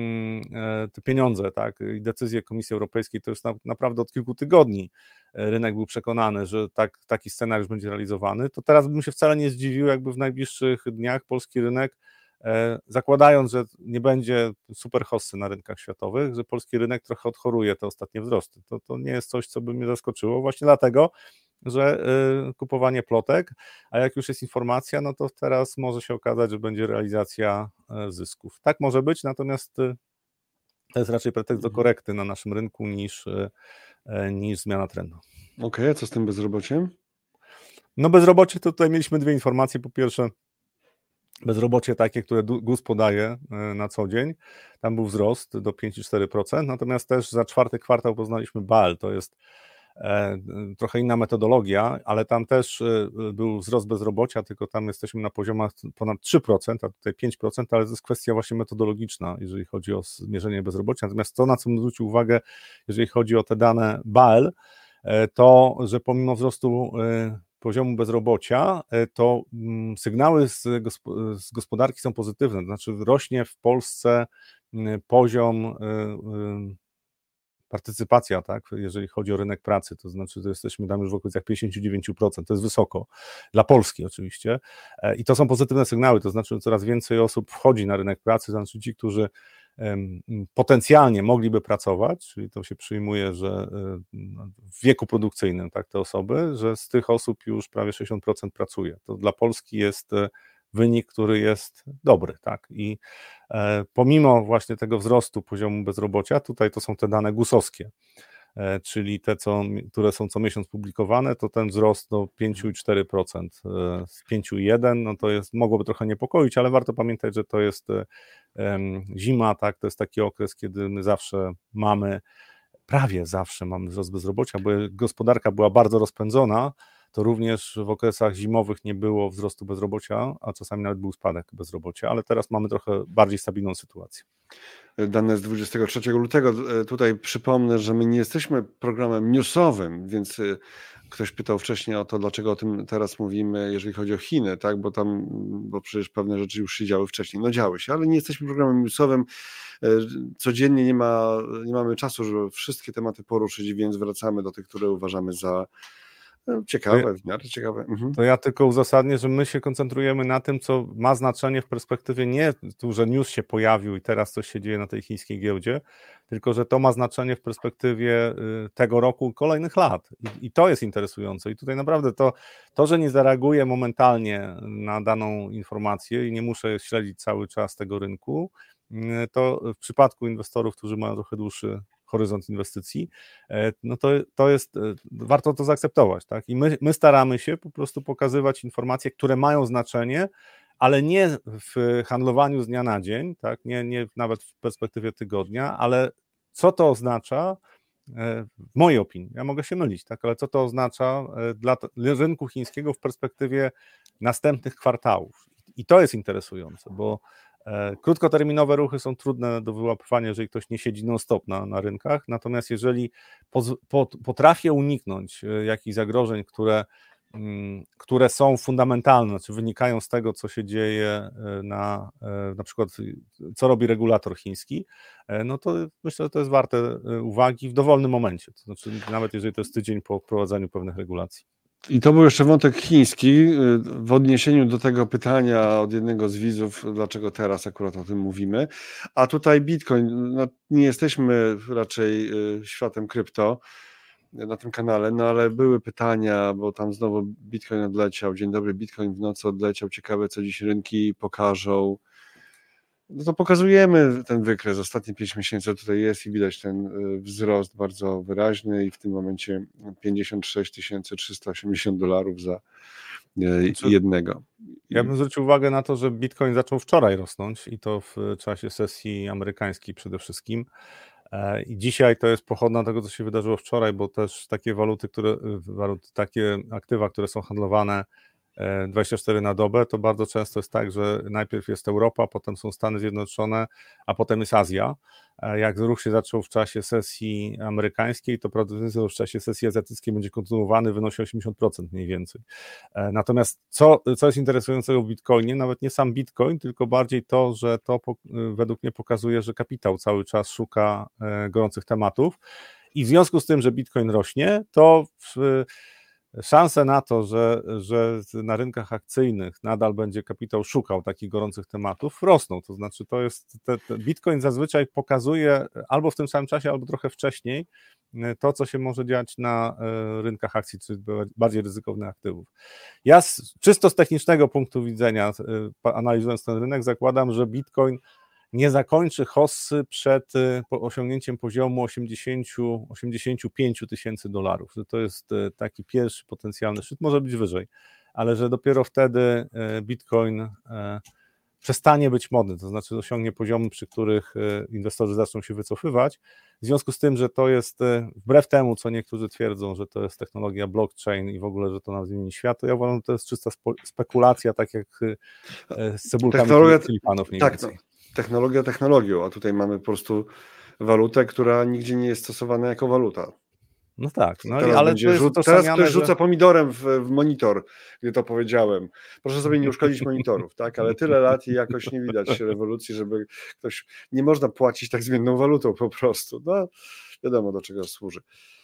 te pieniądze, tak, i decyzje Komisji Europejskiej, to już na, naprawdę od kilku tygodni rynek był przekonany, że tak, taki scenariusz będzie realizowany, to teraz bym się wcale nie zdziwił, jakby w najbliższych dniach polski rynek, zakładając, że nie będzie super hossy na rynkach światowych, że polski rynek trochę odchoruje te ostatnie wzrosty. To, to nie jest coś, co by mnie zaskoczyło, właśnie dlatego, że y, kupowanie plotek, a jak już jest informacja, no to teraz może się okazać, że będzie realizacja y, zysków. Tak może być, natomiast y, to jest raczej pretekst do korekty na naszym rynku niż, y, y, niż zmiana trendu. Okej, okay, a co z tym bezrobociem? No bezrobocie to tutaj mieliśmy dwie informacje. Po pierwsze bezrobocie takie, które G U S podaje y, na co dzień, tam był wzrost do pięć przecinek cztery procent, natomiast też za czwarty kwartał poznaliśmy B A L, to jest trochę inna metodologia, ale tam też był wzrost bezrobocia, tylko tam jesteśmy na poziomach ponad trzy procent, a tutaj pięć procent, ale to jest kwestia właśnie metodologiczna, jeżeli chodzi o zmierzenie bezrobocia. Natomiast to, na co bym zwrócił uwagę, jeżeli chodzi o te dane B A L, to, że pomimo wzrostu poziomu bezrobocia, to sygnały z gospodarki są pozytywne, to znaczy rośnie w Polsce poziom partycypacja, tak, jeżeli chodzi o rynek pracy, to znaczy, że jesteśmy tam już w okolicach pięćdziesiąt dziewięć procent, to jest wysoko, dla Polski oczywiście, i to są pozytywne sygnały, to znaczy, że coraz więcej osób wchodzi na rynek pracy, to znaczy ci, którzy potencjalnie mogliby pracować, czyli to się przyjmuje, że w wieku produkcyjnym, tak, te osoby, że z tych osób już prawie sześćdziesiąt procent pracuje. To dla Polski jest wynik, który jest dobry, tak, i e, pomimo właśnie tego wzrostu poziomu bezrobocia, tutaj to są te dane gusowskie, e, czyli te, co, które są co miesiąc publikowane, to ten wzrost do pięć przecinek cztery procent, e, z pięć przecinek jeden, no to jest, mogłoby trochę niepokoić, ale warto pamiętać, że to jest e, zima, tak, to jest taki okres, kiedy my zawsze mamy, prawie zawsze mamy wzrost bezrobocia, bo gospodarka była bardzo rozpędzona, to również w okresach zimowych nie było wzrostu bezrobocia, a czasami nawet był spadek bezrobocia, ale teraz mamy trochę bardziej stabilną sytuację. Dane z dwudziestego trzeciego lutego. Tutaj przypomnę, że my nie jesteśmy programem newsowym, więc ktoś pytał wcześniej o to, dlaczego o tym teraz mówimy, jeżeli chodzi o Chiny, tak? Bo tam, bo przecież pewne rzeczy już się działy wcześniej. No działy się, ale nie jesteśmy programem newsowym. Codziennie nie ma, nie mamy czasu, żeby wszystkie tematy poruszyć, więc wracamy do tych, które uważamy za ciekawe, w miarę ciekawe. Mhm. To ja tylko uzasadnię, że my się koncentrujemy na tym, co ma znaczenie w perspektywie nie tu, że news się pojawił i teraz coś się dzieje na tej chińskiej giełdzie, tylko że to ma znaczenie w perspektywie tego roku, kolejnych lat. I, i to jest interesujące. I tutaj naprawdę to, to, że nie zareaguję momentalnie na daną informację i nie muszę śledzić cały czas tego rynku, to w przypadku inwestorów, którzy mają trochę dłuższy horyzont inwestycji, no to, to jest, warto to zaakceptować, tak? I my, my staramy się po prostu pokazywać informacje, które mają znaczenie, ale nie w handlowaniu z dnia na dzień, tak? Nie, nie nawet w perspektywie tygodnia, ale co to oznacza, w mojej opinii, ja mogę się mylić, tak? Ale co to oznacza dla rynku chińskiego w perspektywie następnych kwartałów. I to jest interesujące, bo krótkoterminowe ruchy są trudne do wyłapywania, jeżeli ktoś nie siedzi non-stop na, na rynkach, natomiast jeżeli poz, pot, potrafię uniknąć jakichś zagrożeń, które, które są fundamentalne, czy wynikają z tego, co się dzieje na, na przykład, co robi regulator chiński, no to myślę, że to jest warte uwagi w dowolnym momencie, to znaczy nawet jeżeli to jest tydzień po wprowadzeniu pewnych regulacji. I to był jeszcze wątek chiński. W odniesieniu do tego pytania od jednego z widzów, dlaczego teraz akurat o tym mówimy. A tutaj Bitcoin, no nie jesteśmy raczej światem krypto na tym kanale, no ale były pytania, bo tam znowu Bitcoin odleciał. Dzień dobry, Bitcoin w nocy odleciał. Ciekawe, co dziś rynki pokażą. No to pokazujemy ten wykres, ostatnie pięć miesięcy tutaj jest i widać ten wzrost bardzo wyraźny i w tym momencie pięćdziesiąt sześć tysięcy trzysta osiemdziesiąt dolarów za znaczy, jednego. Ja bym zwrócił uwagę na to, że Bitcoin zaczął wczoraj rosnąć i to w czasie sesji amerykańskiej przede wszystkim. I dzisiaj to jest pochodna tego, co się wydarzyło wczoraj, bo też takie waluty, które, waluty, takie aktywa, które są handlowane dwadzieścia cztery na dobę, to bardzo często jest tak, że najpierw jest Europa, potem są Stany Zjednoczone, a potem jest Azja. Jak ruch się zaczął w czasie sesji amerykańskiej, to prawdopodobnie w czasie sesji azjatyckiej będzie kontynuowany, wynosi osiemdziesiąt procent mniej więcej. Natomiast co, co jest interesującego w Bitcoinie, nawet nie sam Bitcoin, tylko bardziej to, że to według mnie pokazuje, że kapitał cały czas szuka gorących tematów i w związku z tym, że Bitcoin rośnie, to w, szanse na to, że, że na rynkach akcyjnych nadal będzie kapitał szukał takich gorących tematów, rosną. To znaczy, to jest te, te Bitcoin zazwyczaj pokazuje albo w tym samym czasie, albo trochę wcześniej to, co się może dziać na rynkach akcji, czy bardziej ryzykownych aktywów. Ja z, czysto z technicznego punktu widzenia, analizując ten rynek, zakładam, że Bitcoin nie zakończy hossy przed osiągnięciem poziomu osiemdziesiąt do osiemdziesięciu pięciu tysięcy dolarów. Że to jest taki pierwszy potencjalny szczyt, może być wyżej, ale że dopiero wtedy Bitcoin przestanie być modny, to znaczy osiągnie poziomy, przy których inwestorzy zaczną się wycofywać. W związku z tym, że to jest, wbrew temu, co niektórzy twierdzą, że to jest technologia blockchain i w ogóle, że to nam zmieni świat, to ja uważam, że to jest czysta spekulacja, tak jak z cebulkami technologia, tulipanów mniej tak, więcej. No, technologia technologią, a tutaj mamy po prostu walutę, która nigdzie nie jest stosowana jako waluta. No tak, no teraz ale będzie to jest rzut, teraz ktoś że... rzuca pomidorem w, w monitor, gdy to powiedziałem. Proszę sobie nie uszkodzić monitorów, tak? Ale tyle lat i jakoś nie widać rewolucji, żeby ktoś... Nie można płacić tak zmienną walutą po prostu. No, wiadomo, do czego służy.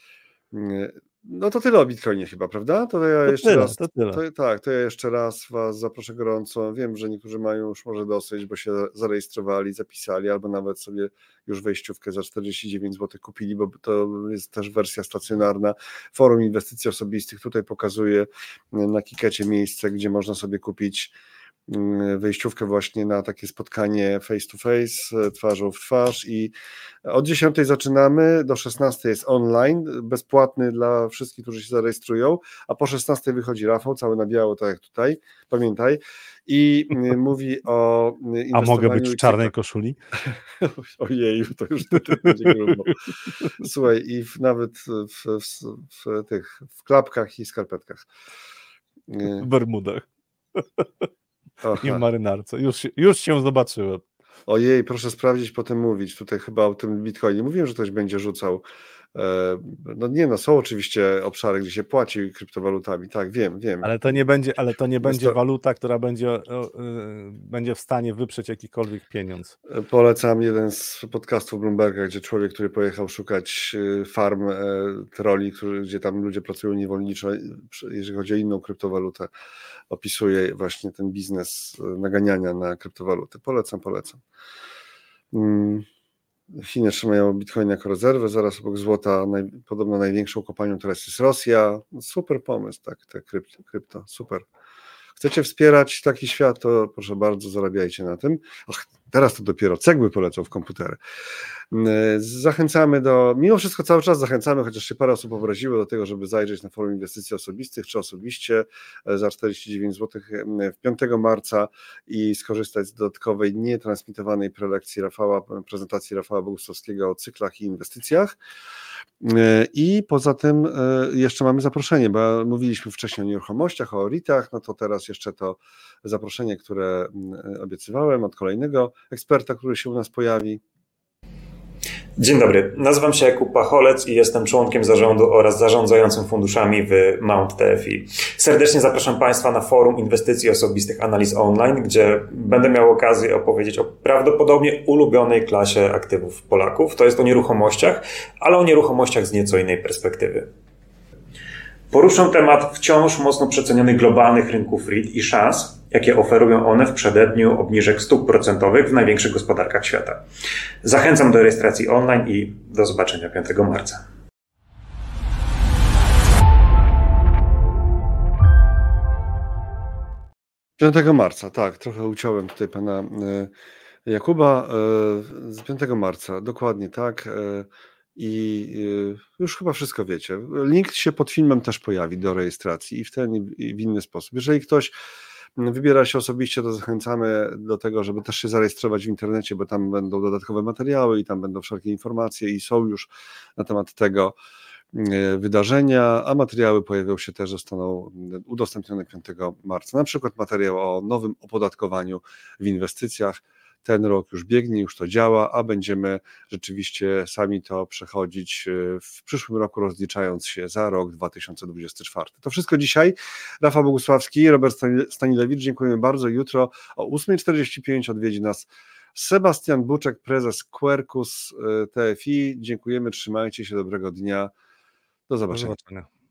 No to tyle o Bitcoinie chyba, prawda? To ja to jeszcze tyle, raz. To tyle. To, tak, to ja jeszcze raz Was zaproszę gorąco. Wiem, że niektórzy mają już może dosyć, bo się zarejestrowali, zapisali, albo nawet sobie już wejściówkę za czterdzieści dziewięć złotych kupili, bo to jest też wersja stacjonarna. Forum Inwestycji Osobistych tutaj pokazuje na Kikecie miejsce, gdzie można sobie kupić wejściówkę właśnie na takie spotkanie face to face, twarzą w twarz i od dziesiątej zaczynamy, do szesnastej jest online, bezpłatny dla wszystkich, którzy się zarejestrują, a po szesnastej wychodzi Rafał, cały na biało, tak jak tutaj, pamiętaj, i mówi o inwestowaniu. A mogę być w czarnej koszuli? Ojeju, to już to będzie grubo. Słuchaj, i w, nawet w, w, w tych, w klapkach i skarpetkach. W bermudach. Aha. I w marynarce. Już, już się zobaczyłem. Ojej, proszę sprawdzić, potem mówić. Tutaj chyba o tym Bitcoinie. Mówiłem, że ktoś będzie rzucał. No nie, no są oczywiście obszary, gdzie się płaci kryptowalutami. Tak, wiem, wiem. Ale to nie będzie, ale to nie będzie to... waluta, która będzie, o, y, będzie w stanie wyprzeć jakikolwiek pieniądz. Polecam jeden z podcastów Bloomberga, gdzie człowiek, który pojechał szukać farm troli, który, gdzie tam ludzie pracują niewolniczo, jeżeli chodzi o inną kryptowalutę, opisuje właśnie ten biznes naganiania na kryptowalutę. Polecam, polecam. Chiny trzymają Bitcoin jako rezerwę, zaraz obok złota naj, podobno największą kopalnią teraz jest Rosja. Super pomysł, tak, te krypto, krypto, super. Chcecie wspierać taki świat, to proszę bardzo, zarabiajcie na tym. Ach, teraz to dopiero cegły polecą w komputery. Zachęcamy do, mimo wszystko cały czas zachęcamy, chociaż się parę osób obraziło do tego, żeby zajrzeć na forum inwestycji osobistych, czy osobiście za czterdzieści dziewięć złotych piątego marca i skorzystać z dodatkowej, nietransmitowanej prelekcji Rafała, prezentacji Rafała Bogusławskiego o cyklach i inwestycjach. I poza tym jeszcze mamy zaproszenie, bo mówiliśmy wcześniej o nieruchomościach, o REITach, no to teraz jeszcze to zaproszenie, które obiecywałem od kolejnego eksperta, który się u nas pojawi. Dzień dobry, nazywam się Jakub Pacholec i jestem członkiem zarządu oraz zarządzającym funduszami w Mount T F I. Serdecznie zapraszam Państwa na forum inwestycji osobistych Analiz Online, gdzie będę miał okazję opowiedzieć o prawdopodobnie ulubionej klasie aktywów Polaków. To jest o nieruchomościach, ale o nieruchomościach z nieco innej perspektywy. Poruszę temat wciąż mocno przecenionych globalnych rynków R E I T i szans, jakie oferują one w przededniu obniżek stóp procentowych w największych gospodarkach świata. Zachęcam do rejestracji online i do zobaczenia piątego marca. piątego marca, tak, trochę uciąłem tutaj pana Jakuba. Z piątego marca, dokładnie tak. I już chyba wszystko wiecie. Link się pod filmem też pojawi do rejestracji i w ten i w inny sposób. Jeżeli ktoś wybiera się osobiście, to zachęcamy do tego, żeby też się zarejestrować w internecie, bo tam będą dodatkowe materiały i tam będą wszelkie informacje i są już na temat tego wydarzenia, a materiały pojawią się też, zostaną udostępnione piątego marca. Na przykład materiał o nowym opodatkowaniu w inwestycjach. Ten rok już biegnie, już to działa, a będziemy rzeczywiście sami to przechodzić w przyszłym roku, rozliczając się za rok dwa tysiące dwudziesty czwarty. To wszystko dzisiaj. Rafał Bogusławski, Robert Stanilewicz, dziękuję bardzo. Jutro o ósma czterdzieści pięć odwiedzi nas Sebastian Buczek, prezes Quercus T F I. Dziękujemy, trzymajcie się, dobrego dnia. Do zobaczenia. Do zobaczenia.